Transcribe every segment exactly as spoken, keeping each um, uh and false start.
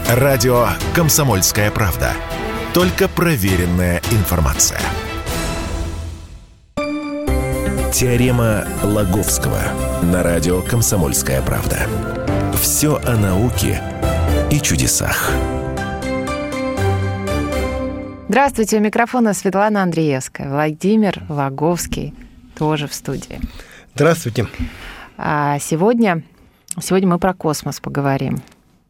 Радио «Комсомольская правда». Только проверенная информация. Теорема Лаговского на радио «Комсомольская правда». Все о науке и чудесах. Здравствуйте, у микрофона Светлана Андреевская. Владимир Лаговский тоже в студии. Здравствуйте. А сегодня, сегодня мы про космос поговорим.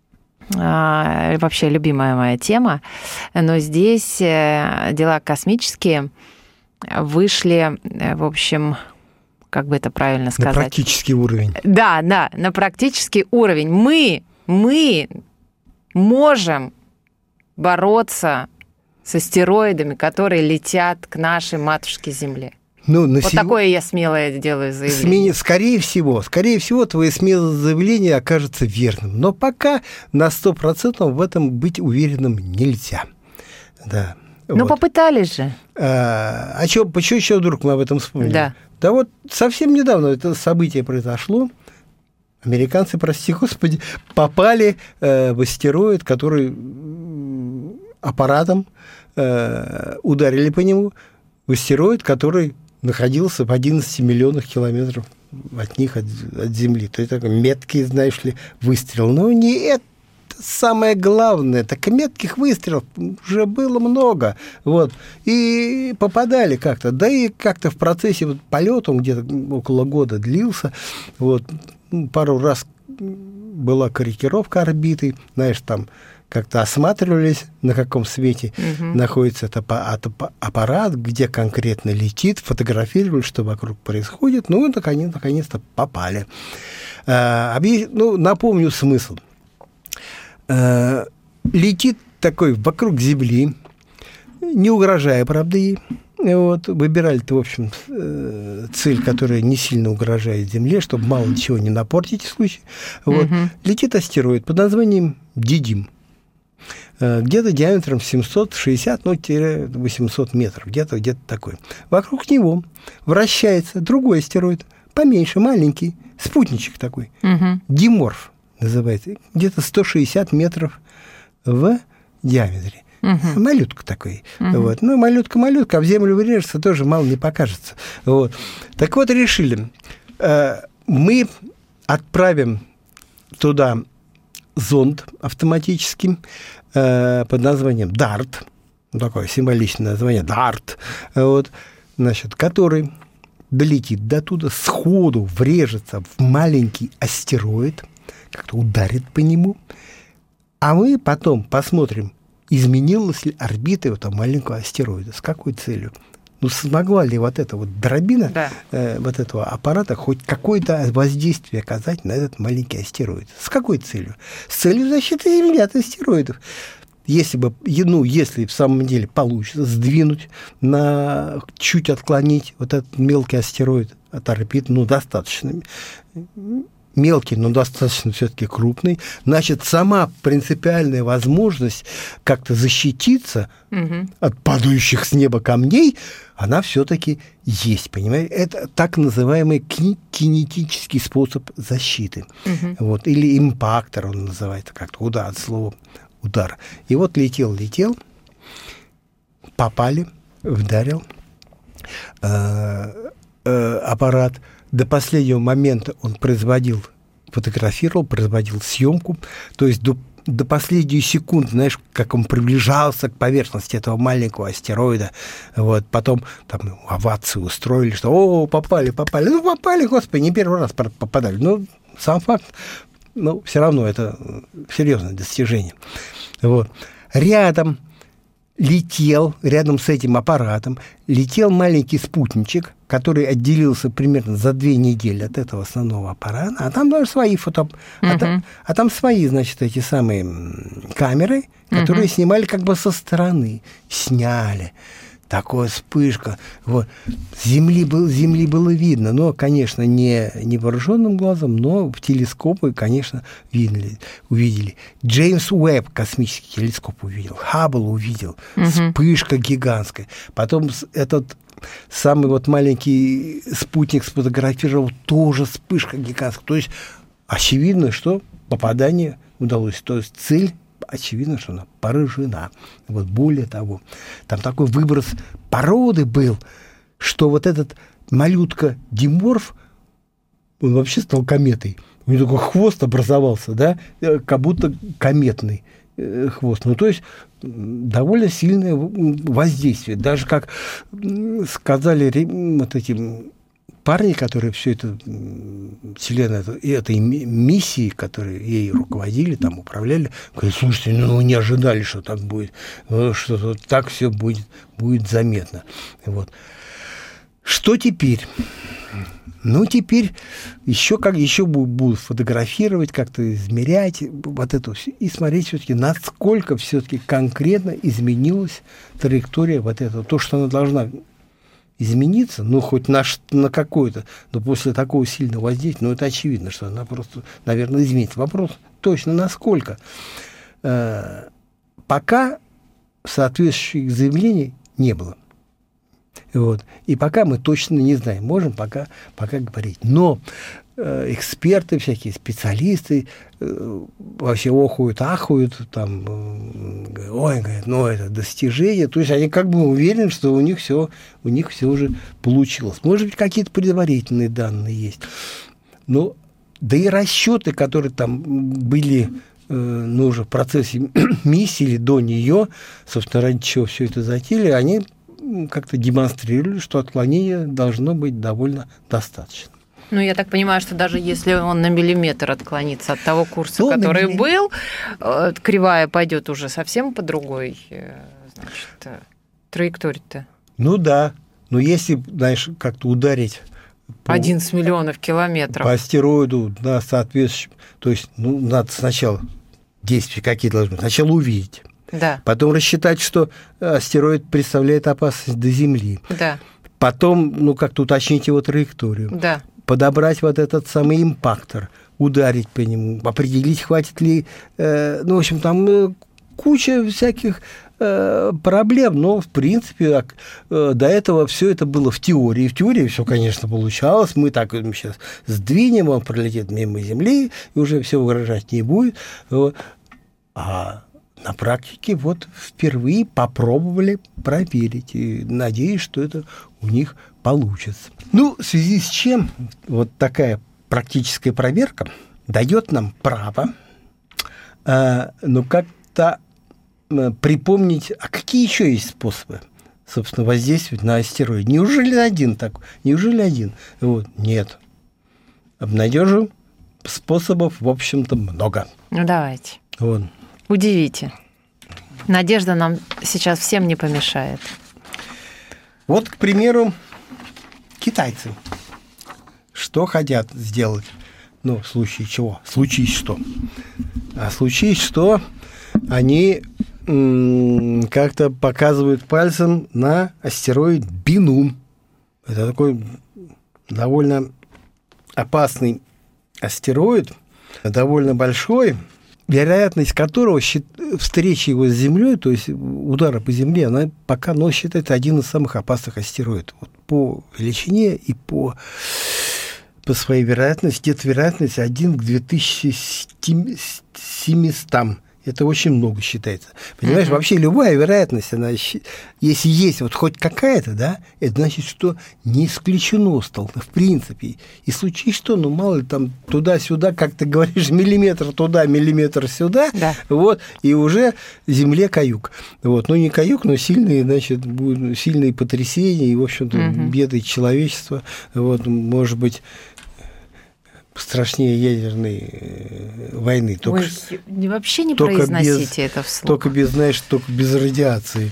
А, вообще любимая моя тема. Но здесь дела космические вышли, в общем, как бы это правильно сказать? На практический уровень. Да, да, на практический уровень. Мы, мы можем бороться с астероидами, которые летят к нашей матушке Земле. Ну, на вот сего... такое я смелое делаю заявление. Скорее всего, скорее всего, твое смелое заявление окажется верным. Но пока на сто процентов в этом быть уверенным нельзя. Да. Ну, вот. Попытались же. А, а чё, почему еще вдруг мы об этом вспомнили? Да. Да вот совсем недавно это событие произошло. Американцы, прости господи, попали э, в астероид, который аппаратом э, ударили по нему, в астероид, который находился в одиннадцати миллионах километров от них, от, от Земли. То есть такой меткий, знаешь ли, выстрел. Но не это самое главное. Так метких выстрелов уже было много. Вот. И попадали как-то. Да и как-то в процессе вот полета, он где-то около года длился, вот, пару раз была корректировка орбиты, знаешь, там как-то осматривались, на каком свете угу. находится этот аппарат, где конкретно летит, фотографировали, что вокруг происходит, ну и наконец, наконец-то попали. А, ну, напомню смысл. А, летит такой вокруг Земли, не угрожая, правда, ей. Вот, выбирали-то, в общем, цель, которая не сильно угрожает Земле, чтобы мало чего не напортить в случае. Вот. Угу. Летит астероид под названием Дидим. Где-то диаметром семьсот шестьдесят - восемьсот метров, где-то, где-то такой. Вокруг него вращается другой астероид, поменьше, маленький, спутничек такой, угу. Диморф называется, где-то сто шестьдесят метров в диаметре. Угу. Малютка такой. Угу. Вот. Ну, малютка-малютка, а в землю врежется, тоже мало не покажется. Вот. Так вот, решили, мы отправим туда зонд автоматический под названием дарт, такое символичное название дарт, вот, значит, который долетит до туда, сходу врежется в маленький астероид, как-то ударит по нему, а мы потом посмотрим, изменилась ли орбита этого маленького астероида, с какой целью. Ну, смогла ли вот эта вот дробина да. э, вот этого аппарата хоть какое-то воздействие оказать на этот маленький астероид? С какой целью? С целью защиты Земли от астероидов. Если бы, ну, если в самом деле получится сдвинуть, на, чуть отклонить вот этот мелкий астероид от орбиты, ну, достаточно мелкий, но достаточно все-таки крупный, значит, сама принципиальная возможность как-то защититься угу. от падающих с неба камней, она все-таки есть, понимаете? Это так называемый кинетический способ защиты. Угу. Вот. Или импактор он называется, как-то удар, от слова удар. И вот летел, летел, попали, вдарил э, э, аппарат. До последнего момента он производил, фотографировал, производил съемку, то есть до, до последней секунды, знаешь, как он приближался к поверхности этого маленького астероида, вот, потом там овации устроили, что «О, попали, попали». Ну, попали, господи, не первый раз попадали. Но сам факт, ну, все равно это серьезное достижение. Вот. Рядом летел, рядом с этим аппаратом, летел маленький спутничек, который отделился примерно за две недели от этого основного аппарата, а там даже свои фото... Uh-huh. А, там, а там свои, значит, эти самые камеры, которые uh-huh. снимали как бы со стороны. Сняли. Такая вспышка. Вот. Земли, был, земли было видно, но, конечно, не невооруженным глазом, но в телескопы, конечно, видели, увидели. Джеймс Уэбб космический телескоп увидел, Хаббл увидел. Uh-huh. Вспышка гигантская. Потом этот самый вот маленький спутник сфотографировал, тоже вспышка гигантская. То есть очевидно, что попадание удалось. То есть цель очевидно, что она поражена. Вот более того, там такой выброс породы был, что вот этот малютка-диморф, он вообще стал кометой. У него такой хвост образовался, да, как будто кометный хвост. Ну, то есть довольно сильное воздействие. Даже как сказали вот эти парни, которые все это, члены этой миссии, которые ей руководили, там управляли, говорят, слушайте, ну, не ожидали, что так будет, что так все будет, будет заметно. Вот. Что теперь? Ну, теперь еще, как, еще будут фотографировать, как-то измерять вот это все, и смотреть все-таки, насколько все-таки конкретно изменилась траектория вот этого. То, что она должна измениться, ну, хоть на, на какое-то, но после такого сильного воздействия, ну, это очевидно, что она просто, наверное, изменится. Вопрос точно насколько. Э, пока соответствующих заявлений не было. Вот. И пока мы точно не знаем, можем пока, пока говорить. Но э, эксперты, всякие специалисты э, вообще охуют, ахуют, там, э, ой, говорят, ну это достижение. То есть они как бы уверены, что у них все, у них все уже получилось. Может быть, какие-то предварительные данные есть. Но да и расчеты, которые там были э, ну, уже в процессе миссии или до нее, собственно, ради чего все это затеяли, они как-то демонстрировали, что отклонение должно быть довольно достаточно. Ну, я так понимаю, что даже если он на миллиметр отклонится от того курса, ну, который милли... был, кривая пойдет уже совсем по другой, значит, траектории-то. Ну да, но если, знаешь, как-то ударить по... одиннадцать миллионов километров. По астероиду, да, соответствующим, то есть, ну, надо сначала действия какие должны быть, сначала увидеть. Да. Потом рассчитать, что астероид представляет опасность до Земли. Да. Потом, ну, как-то уточнить его траекторию. Да. Подобрать вот этот самый импактор, ударить по нему, определить, хватит ли... Э, ну, в общем, там э, куча всяких э, проблем, но, в принципе, э, до этого все это было в теории. В теории все, конечно, получалось. Мы так сейчас сдвинем, он пролетит мимо Земли, и уже все угрожать не будет. Вот. А... На практике вот впервые попробовали проверить. И надеюсь, что это у них получится. Ну, в связи с чем вот такая практическая проверка дает нам право, э, ну, как-то э, припомнить, а какие еще есть способы, собственно, воздействовать на астероид. Неужели один такой? Неужели один? Вот. Нет. Обнадежу, способов, в общем-то, много. Ну, давайте. Вот. Удивите. Надежда нам сейчас всем не помешает. Вот, к примеру, китайцы. Что хотят сделать? Ну, в случае чего? В случае что? А в случае что они м- как-то показывают пальцем на астероид Бину. Это такой довольно опасный астероид, довольно большой, вероятность которого встречи его с Землей, то есть удара по Земле, она пока, ну, считается один из самых опасных астероидов. Вот по величине и по, по своей вероятности, где-то вероятность один к две тысячи семистам. Это очень много считается. Понимаешь, mm-hmm. вообще любая вероятность, она, если есть вот хоть какая-то, да, это значит, что не исключено стало, в принципе. И случись что, ну, мало ли, там туда-сюда, как ты говоришь, миллиметр туда, миллиметр сюда, да. Вот, и уже Земле каюк. Вот, ну, не каюк, но сильные, значит, будут сильные потрясения и, в общем-то, mm-hmm. беды человечества, вот, может быть, страшнее ядерной войны. Только, Ой, вообще не только произносите без, это вслух. Только без, знаешь, только без радиации.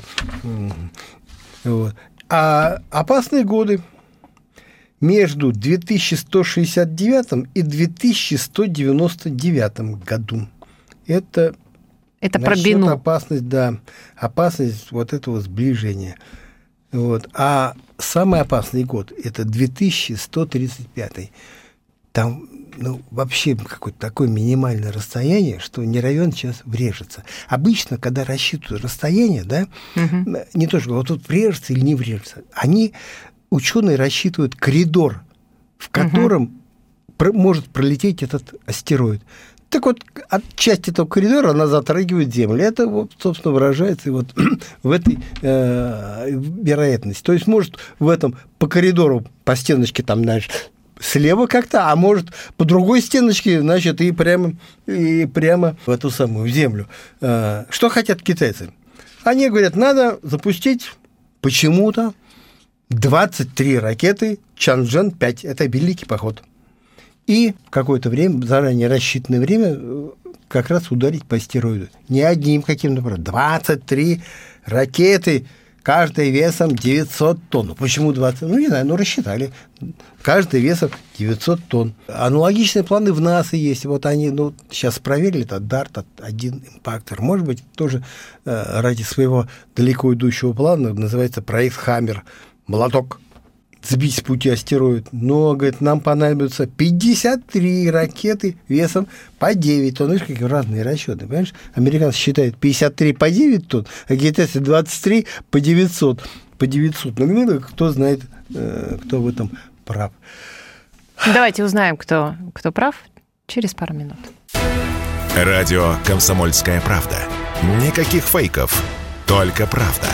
Вот. А опасные годы между две тысячи сто шестьдесят девятым и две тысячи сто девяносто девятым году. Это, это про Бину. Опасность, да, опасность вот этого сближения. Вот. А самый опасный год – это две тысячи сто тридцать пятый. Там, ну, вообще какое-то такое минимальное расстояние, что не равен час врежется. Обычно, когда рассчитывают расстояние, да, угу. не то, что вот тут врежется или не врежется, они, ученые, рассчитывают коридор, в котором угу. про, может пролететь этот астероид. Так вот, от часть этого коридора, она затрагивает Землю. Это, вот, собственно, выражается вот в этой э, вероятности. То есть, может, в этом по коридору, по стеночке, там, знаешь, слева как-то, а может, по другой стеночке, значит, и прямо, и прямо в эту самую, в Землю. Э, что хотят китайцы? Они говорят, надо запустить почему-то двадцать три ракеты Чанчжэн пять. Это великий поход. И в какое-то время, заранее рассчитанное время, как раз ударить по астероиду. Не одним каким-то, двадцать три ракеты, каждая весом девятьсот тонн. Ну, почему двадцать? Ну, не знаю, ну, рассчитали. Каждая весом девятьсот тонн. Аналогичные планы в НАСА есть. Вот они, ну, сейчас проверили, это дарт, один импактор. Может быть, тоже э, ради своего далеко идущего плана, называется проект «Хаммер», молоток, сбить с пути астероид. Но, говорит, нам понадобится пятьдесят три ракеты весом по девять тонн. Видишь, какие разные расчеты, понимаешь? Американцы считают пятьдесят три по девять тонн, а китайцы двадцать три по девятьсот. По девятьсот. Ну, кто знает, кто в этом прав. Давайте узнаем, кто, кто прав через пару минут. Радио «Комсомольская правда». Никаких фейков, только правда.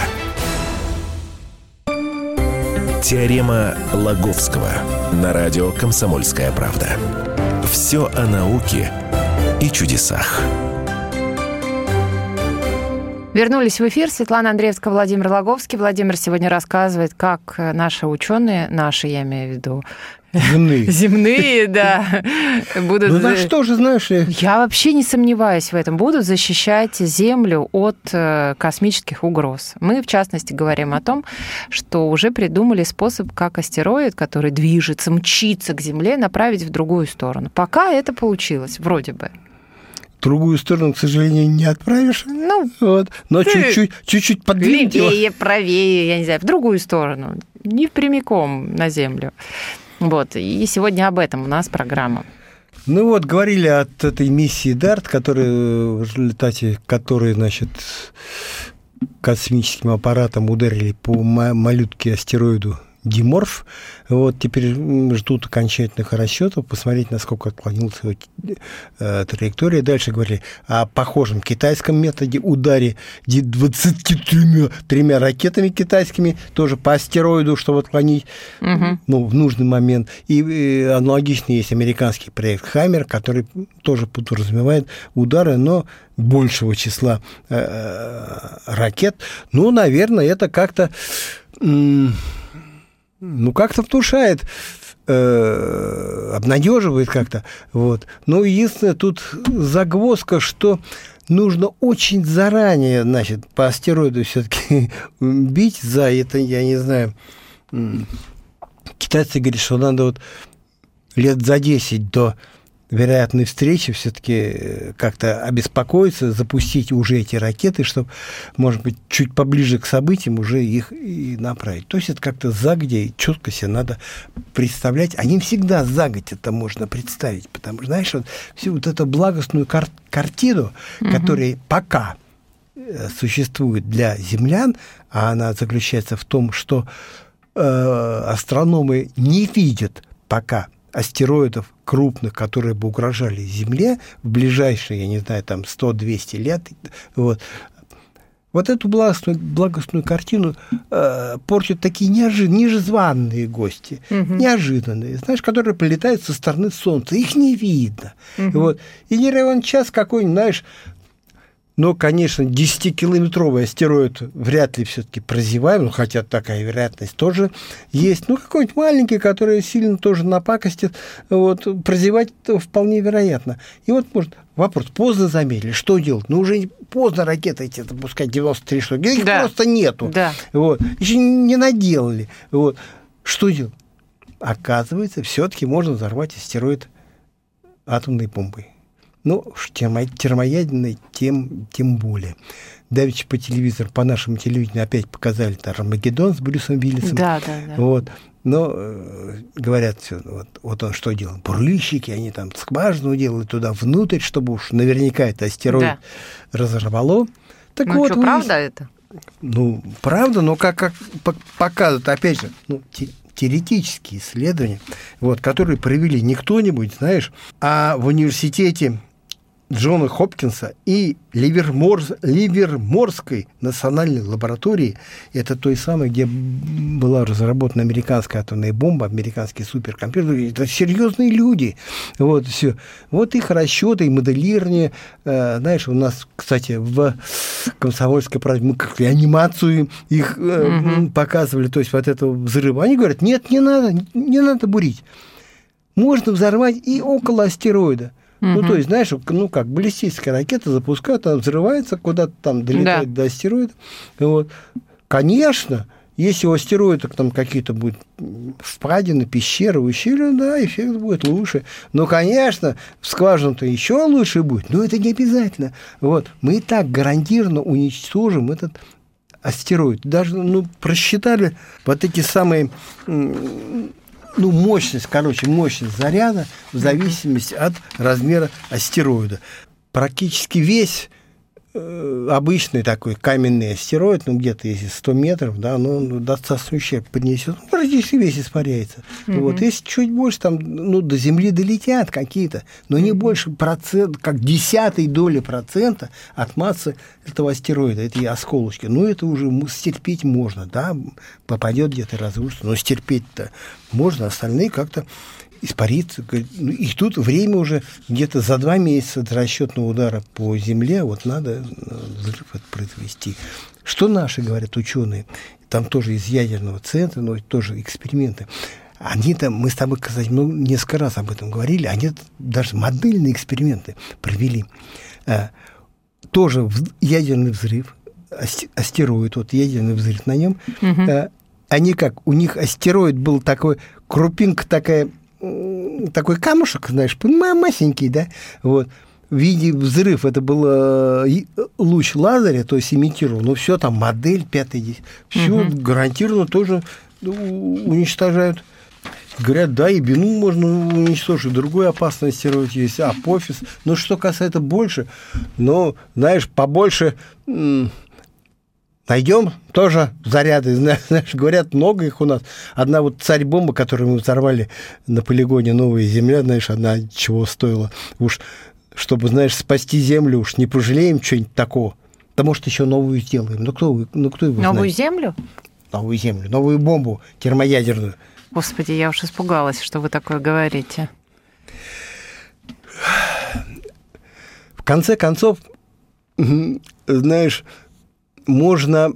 Теорема Лаговского на радио «Комсомольская правда». Все о науке и чудесах. Вернулись в эфир. Светлана Андреевская, Владимир Лаговский. Владимир сегодня рассказывает, как наши ученые, наши, я имею в виду, Земные. Земные, да. Будут... Ну, на что же, знаешь... Я вообще не сомневаюсь в этом. Будут защищать Землю от космических угроз. Мы, в частности, говорим о том, что уже придумали способ, как астероид, который движется, мчится к Земле, направить в другую сторону. Пока это получилось, вроде бы. Другую сторону, к сожалению, не отправишь. Ну, вот. Но чуть-чуть, чуть-чуть подвинуть его. Левее, правее, я не знаю, в другую сторону. Не прямиком на Землю. Вот. И сегодня об этом у нас программа. Ну вот, говорили от этой миссии дарт, которая, в результате которой, значит, космическим аппаратом ударили по малютке астероиду Диморф. Вот теперь ждут окончательных расчетов, посмотреть, насколько отклонилась его э, траектория. Дальше говорили о похожем китайском методе ударе двадцатью тремя ракетами китайскими, тоже по астероиду, чтобы отклонить угу. ну, в нужный момент. И э, аналогичный есть американский проект «Хаммер», который тоже подразумевает удары, но большего числа э, ракет. Ну, наверное, это как-то... М- Ну, как-то внушает, э, обнадеживает как-то. Вот. Но единственное, тут загвоздка, что нужно очень заранее, значит, по астероиду все-таки бить за это, я не знаю. Китайцы говорят, что надо вот лет за десять до вероятной встречи все-таки как-то обеспокоиться, запустить уже эти ракеты, чтобы, может быть, чуть поближе к событиям уже их и направить. То есть это как-то загодя и четко себе надо представлять. А не всегда загодя это можно представить, потому что, знаешь, вот всю вот эту благостную кар- картину, угу. которая пока существует для землян, а она заключается в том, что э, астрономы не видят пока астероидов крупных, которые бы угрожали Земле в ближайшие, я не знаю, там сто-двести лет. Вот, вот эту благостную, благостную картину э, портят такие неожиданные, незваные гости, угу. неожиданные, знаешь, которые прилетают со стороны Солнца. Их не видно. Угу. Вот. И не равен час какой-нибудь, знаешь, но, конечно, десятикилометровый астероид вряд ли все-таки прозеваем, ну, хотя такая вероятность тоже есть. Ну, какой-нибудь маленький, который сильно тоже напакостит, вот, прозевать вполне вероятно. И вот, может, вопрос, поздно замерили, что делать? Ну, уже поздно ракеты эти запускать, девяносто три штуки, их да. просто нету. Да. Вот. Еще не наделали. Вот. Что делать? Оказывается, все-таки можно взорвать астероид атомной бомбой. Ну, термоядерной тем, тем более. Давеча по телевизору, по нашему телевидению опять показали там Армагеддон с Брюсом Уиллисом. Да, да, да. Вот. Но э, говорят, вот, вот он что делал? Бурлищики, они там скважину делают туда внутрь, чтобы уж наверняка это астероид да. разорвало. Так ну, вот, что, правда это? Ну, правда, но как, как показывают, опять же, ну, те, теоретические исследования, вот, которые провели не кто-нибудь, знаешь, а в университете Джона Хопкинса и Ливермор, Ливерморской национальной лаборатории, это той самой, где была разработана американская атомная бомба, американский суперкомпьютер, это серьезные люди. Вот, все. Вот их расчеты и моделирование. Э, знаешь, у нас, кстати, в «Комсомольской правде» мы как-то анимацию их э, mm-hmm. показывали, то есть вот этого взрыва. Они говорят, нет, не надо, не надо бурить. Можно взорвать и около астероида. Uh-huh. Ну, то есть, знаешь, ну как, баллистическая ракета запускают, она взрывается, куда-то там долетает да. до астероида. Вот. Конечно, если у астероида там какие-то будут впадины, пещеры, ущелья, да, эффект будет лучше. Но, конечно, в скважину-то еще лучше будет, но это не обязательно. Вот. Мы и так гарантированно уничтожим этот астероид. Даже, ну, просчитали вот эти самые... Ну, мощность, короче, мощность заряда в зависимости от размера астероида. Практически весь э, обычный такой каменный астероид, ну, где-то если сто метров, да, ну, он достаточно ущерб принесет, ну, практически весь испаряется. Mm-hmm. Вот, если чуть больше, там, ну, до Земли долетят какие-то, но не больше процент, как десятой доли процента от массы этого астероида, эти осколочки. Ну, это уже стерпеть можно, да, попадет где-то, разрушится, но стерпеть-то можно, остальные как-то испариться. И тут время уже где-то за два месяца до расчетного удара по Земле вот надо взрыв произвести. Что наши, говорят ученые, там тоже из ядерного центра, но тоже эксперименты, они там, мы с тобой, кстати, ну, несколько раз об этом говорили, они даже модельные эксперименты провели. Тоже ядерный взрыв, астероид, вот ядерный взрыв на нем. Угу. Они как, у них астероид был такой, крупинка такая, такой камушек, знаешь, масенький, да, вот, в виде взрыв, это был луч лазеря, то есть имитировал, но все там, модель пятая, все угу. гарантированно тоже уничтожают. Говорят, да, и Бену можно уничтожить, другой опасный астероид есть, Апофис. Но что касается больше, ну, знаешь, побольше... Найдем тоже заряды, знаешь, говорят, много их у нас. Одна вот царь-бомба, которую мы взорвали на полигоне «Новая Земля», знаешь, она чего стоила. Уж, чтобы, знаешь, спасти Землю, уж не пожалеем что-нибудь такого. Да, может, еще новую сделаем. Ну, кто, ну, кто его знает? Новую Землю? Новую Землю, новую бомбу термоядерную. Господи, я уж испугалась, что вы такое говорите. В конце концов, знаешь... Можно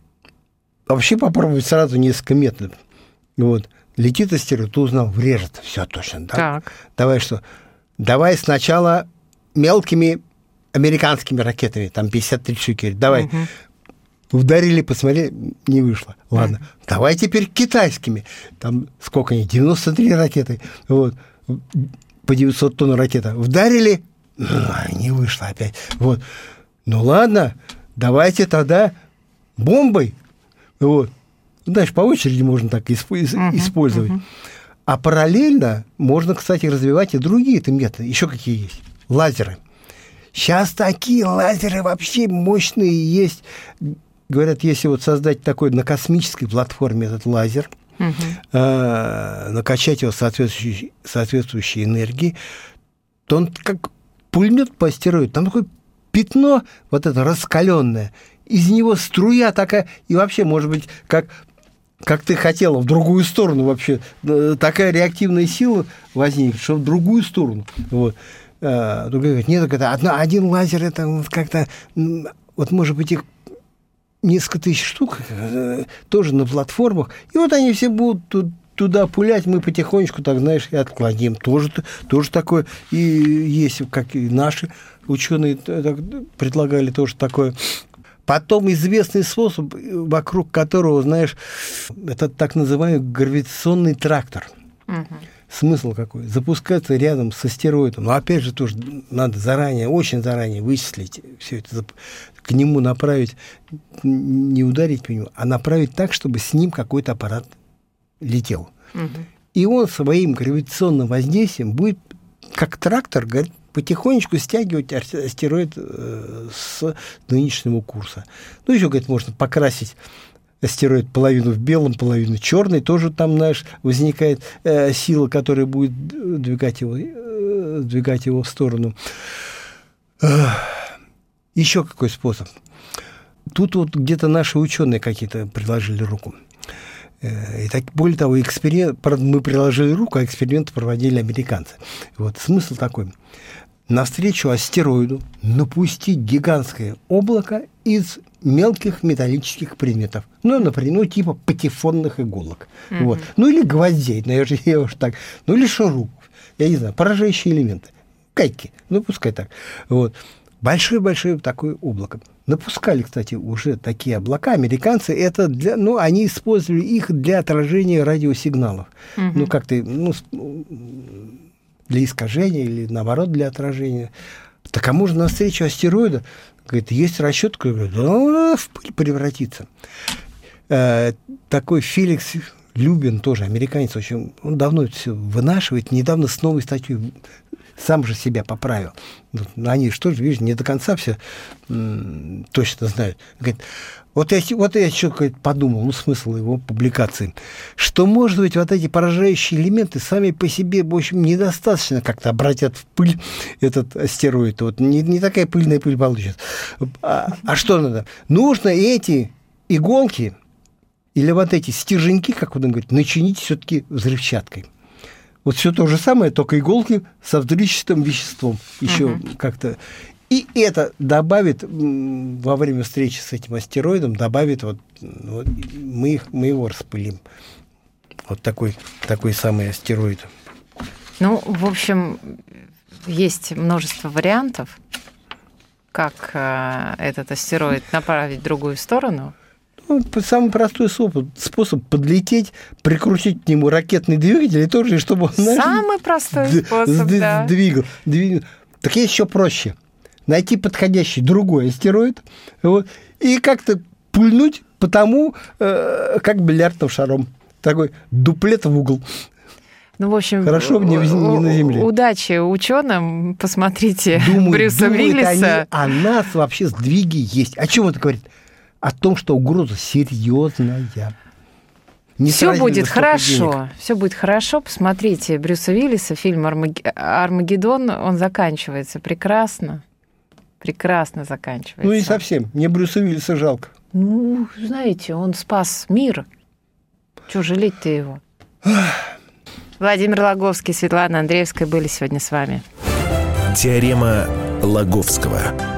вообще попробовать сразу несколько методов. Вот. Летит астероид, ты узнал, врежет. Все точно, да? Так. Давай что? Давай сначала мелкими американскими ракетами, там пятьдесят три штуки. Давай. Угу. Ударили, посмотрели, не вышло. Ладно. Угу. Давай теперь китайскими. Там сколько они? девяносто три ракеты. Вот. По девятьсот тонн ракета. Вдарили, не вышло опять. Вот. Ну ладно. Давайте тогда бомбой. Вот. Знаешь, по очереди можно так исп- uh-huh, использовать. Uh-huh. А параллельно можно, кстати, развивать и другие-то методы. Еще какие есть? Лазеры. Сейчас такие лазеры вообще мощные есть. Говорят, если вот создать такой на космической платформе этот лазер, uh-huh. э- накачать его соответствующей, соответствующей энергией, то он как пулемет по астероиду. Там такой пятно вот это раскаленное, из него струя такая, и вообще, может быть, как, как ты хотела, в другую сторону вообще, такая реактивная сила возникнет, что в другую сторону. Вот. А, другая говорит, нет, это одна, один лазер, это вот как-то, вот может быть, их несколько тысяч штук, тоже на платформах, и вот они все будут тут туда пулять, мы потихонечку, так знаешь, и откладим. Тоже, тоже такое. И есть, как и наши ученые так, предлагали тоже такое. Потом известный способ, вокруг которого, знаешь, это так называемый гравитационный трактор. Угу. Смысл какой? Запускаться рядом с астероидом. Но опять же тоже надо заранее, очень заранее вычислить все это, к нему направить, не ударить по нему, а направить так, чтобы с ним какой-то аппарат летел. Угу. И он своим гравитационным воздействием будет, как трактор, говорит, потихонечку стягивать астероид э, с нынешнего курса. Ну, еще, говорит, можно покрасить астероид половину в белом, половину черный. Тоже там, знаешь, возникает э, сила, которая будет двигать его, э, двигать его в сторону. Еще какой способ? Тут вот где-то наши ученые какие-то приложили руку. И так, более того, эксперимент, мы приложили руку, а эксперименты проводили американцы. Вот смысл такой. Навстречу астероиду напустить гигантское облако из мелких металлических предметов. Ну, например, ну, типа патефонных иголок. Mm-hmm. Вот. Ну, или гвоздей, наверное, я уж так. Ну, или шурупов. Я не знаю, поражающие элементы. Кайки. Ну, пускай так. Вот. Большое-большое такое облако. Напускали, кстати, уже такие облака. Американцы, это для, ну, они использовали их для отражения радиосигналов. Mm-hmm. Ну, как-то, ну, для искажения или, наоборот, для отражения. Так а можно навстречу астероида? Говорит, есть расчет, говорит, да, в пыль превратится. Э, такой Феликс Любин, тоже американец, очень, он давно это все вынашивает, недавно с новой статьей сам же себя поправил. Они что же, видишь, не до конца все м- точно знают. Говорит, вот я, вот я еще подумал, ну, смысл его публикации, что, может быть, вот эти поражающие элементы сами по себе, в общем, недостаточно как-то обратят в пыль этот астероид. Вот не, не такая пыльная пыль получится. А, а что надо? Нужно эти иголки или вот эти стерженьки, как он говорит, начинить все-таки взрывчаткой. Вот все то же самое, только иголки со взрывчатым веществом еще uh-huh. как-то. И это добавит, во время встречи с этим астероидом, добавит, вот, вот мы, их, мы его распылим. Вот такой, такой самый астероид. Ну, в общем, есть множество вариантов, как э, этот астероид направить в другую сторону. Ну, самый простой способ, способ подлететь, прикрутить к нему ракетный двигатель, и тоже, чтобы он... Самый простой д- способ, д- да. Двигал, двигал. Так есть еще проще. Найти подходящий другой астероид, вот, и как-то пульнуть по тому, э, как бильярдным шаром. Такой дуплет в угол. Ну, в общем, хорошо, не, не на Земле. Удачи ученым. Посмотрите думаю, Брюса Уиллиса. Они, а нас вообще сдвиги есть. О чем это говорит? О том, что угроза серьезная. Все будет хорошо. Все будет хорошо. Посмотрите Брюса Уиллиса, фильм «Армагеддон». Он заканчивается прекрасно. Прекрасно заканчивается. Ну, не совсем. Мне Брюса Уиллиса жалко. Ну, знаете, он спас мир. Чего жалеть-то его? Владимир Логовский, Светлана Андреевская были сегодня с вами. Теорема Лаговского.